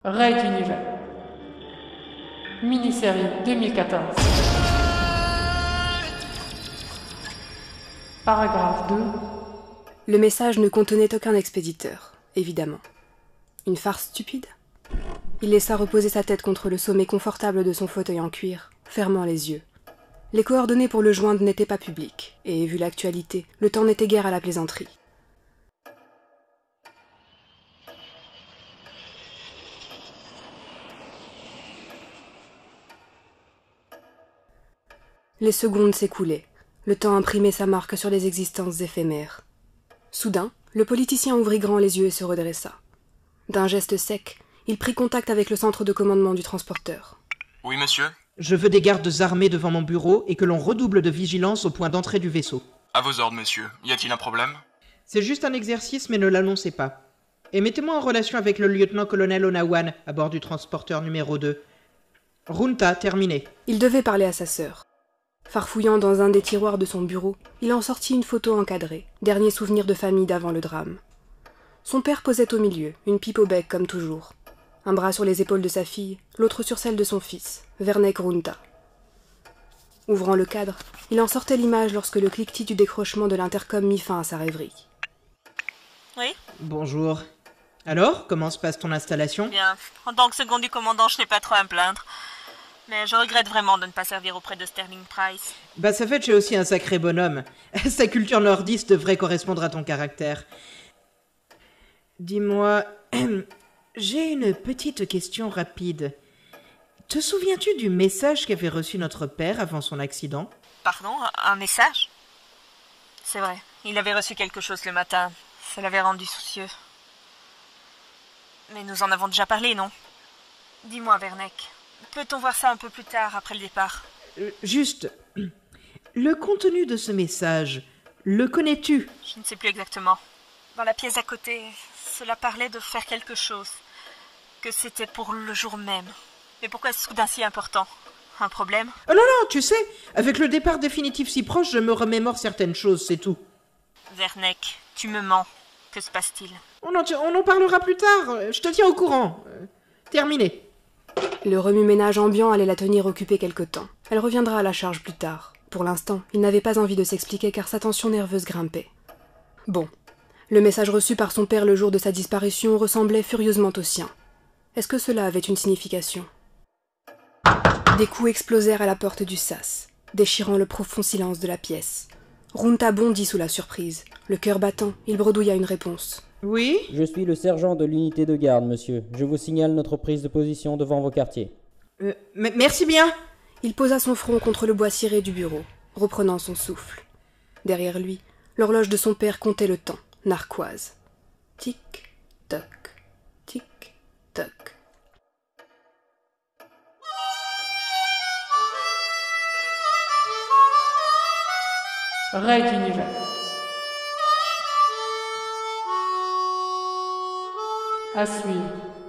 Raid d'univers. Mini-série 2014. Paragraphe 2. Le message ne contenait aucun expéditeur, évidemment. Une farce stupide. Il laissa reposer sa tête contre le sommet confortable de son fauteuil en cuir, fermant les yeux. Les coordonnées pour le joindre n'étaient pas publiques, et, vu l'actualité, le temps n'était guère à la plaisanterie. Les secondes s'écoulaient. Le temps imprimait sa marque sur les existences éphémères. Soudain, le politicien ouvrit grand les yeux et se redressa. D'un geste sec, il prit contact avec le centre de commandement du transporteur. Oui, monsieur. Je veux des gardes armés devant mon bureau et que l'on redouble de vigilance au point d'entrée du vaisseau. À vos ordres, monsieur. Y a-t-il un problème? C'est juste un exercice, mais ne l'annoncez pas. Et mettez-moi en relation avec le lieutenant-colonel Onawan, à bord du transporteur numéro 2. Runta, terminé. Il devait parler à sa sœur. Farfouillant dans un des tiroirs de son bureau, il en sortit une photo encadrée, dernier souvenir de famille d'avant le drame. Son père posait au milieu, une pipe au bec comme toujours. Un bras sur les épaules de sa fille, l'autre sur celle de son fils, Vernek Runta. Ouvrant le cadre, il en sortait l'image lorsque le cliquetis du décrochement de l'intercom mit fin à sa rêverie. Oui? Bonjour. Alors, comment se passe ton installation? Bien. En tant que second du commandant, je n'ai pas trop à me plaindre. Mais je regrette vraiment de ne pas servir auprès de Sterling Price. Bah, ça fait que j'ai aussi un sacré bonhomme. Sa culture nordiste devrait correspondre à ton caractère. Dis-moi, j'ai une petite question rapide. Te souviens-tu du message qu'avait reçu notre père avant son accident? Pardon, un message? C'est vrai, il avait reçu quelque chose le matin. Ça l'avait rendu soucieux. Mais nous en avons déjà parlé, non? Dis-moi, Vernek, peut-on voir ça un peu plus tard, après le départ? Juste, le contenu de ce message, le connais-tu? Je ne sais plus exactement. Dans la pièce à côté, cela parlait de faire quelque chose. Que c'était pour le jour même. Mais pourquoi est-ce soudain si important? Un problème? Oh non, non, tu sais, avec le départ définitif si proche, je me remémore certaines choses, c'est tout. Vernek, tu me mens. Que se passe-t-il? On en parlera plus tard, je te tiens au courant. Terminé. Le remue-ménage ambiant allait la tenir occupée quelque temps. Elle reviendra à la charge plus tard. Pour l'instant, il n'avait pas envie de s'expliquer car sa tension nerveuse grimpait. Bon. Le message reçu par son père le jour de sa disparition ressemblait furieusement au sien. Est-ce que cela avait une signification? Des coups explosèrent à la porte du sas, déchirant le profond silence de la pièce. Runta bondit sous la surprise. Le cœur battant, il bredouilla une réponse. Oui? Je suis le sergent de l'unité de garde, monsieur. Je vous signale notre prise de position devant vos quartiers. Merci bien. Il posa son front contre le bois ciré du bureau, reprenant son souffle. Derrière lui, l'horloge de son père comptait le temps, narquoise. Tic-toc, tic-toc. Raid d'univers. À suivre.